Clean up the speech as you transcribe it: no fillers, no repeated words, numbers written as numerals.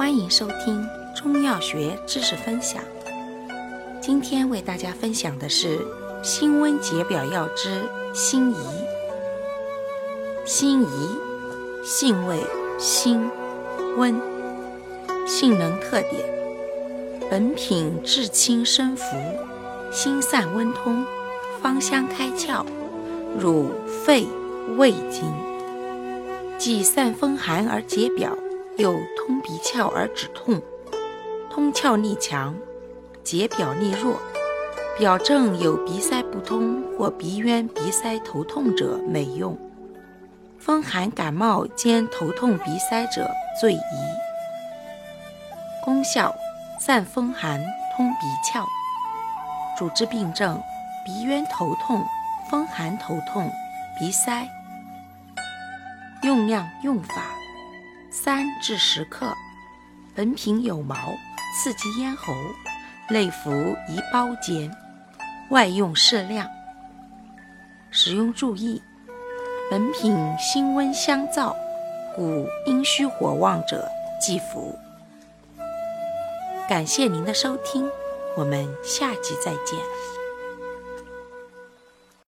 欢迎收听中药学知识分享。今天为大家分享的是辛温解表药之辛夷。辛夷性味辛温，性能特点：本品治清生浮，心散温通，芳香开窍，入肺胃经，既散风寒而解表，又通鼻窍而止痛，通窍力强，解表力弱。表症有鼻塞不通或鼻渊鼻塞头痛者美用，风寒感冒兼头痛鼻塞者最宜。功效：散风寒，通鼻窍。主治病症：鼻渊头痛、风寒头痛、鼻塞。用量用法：3至10克。本品有毛，刺激咽喉，内服宜包煎，外用适量。使用注意：本品辛温香燥，故阴虚火旺者忌服。感谢您的收听，我们下集再见。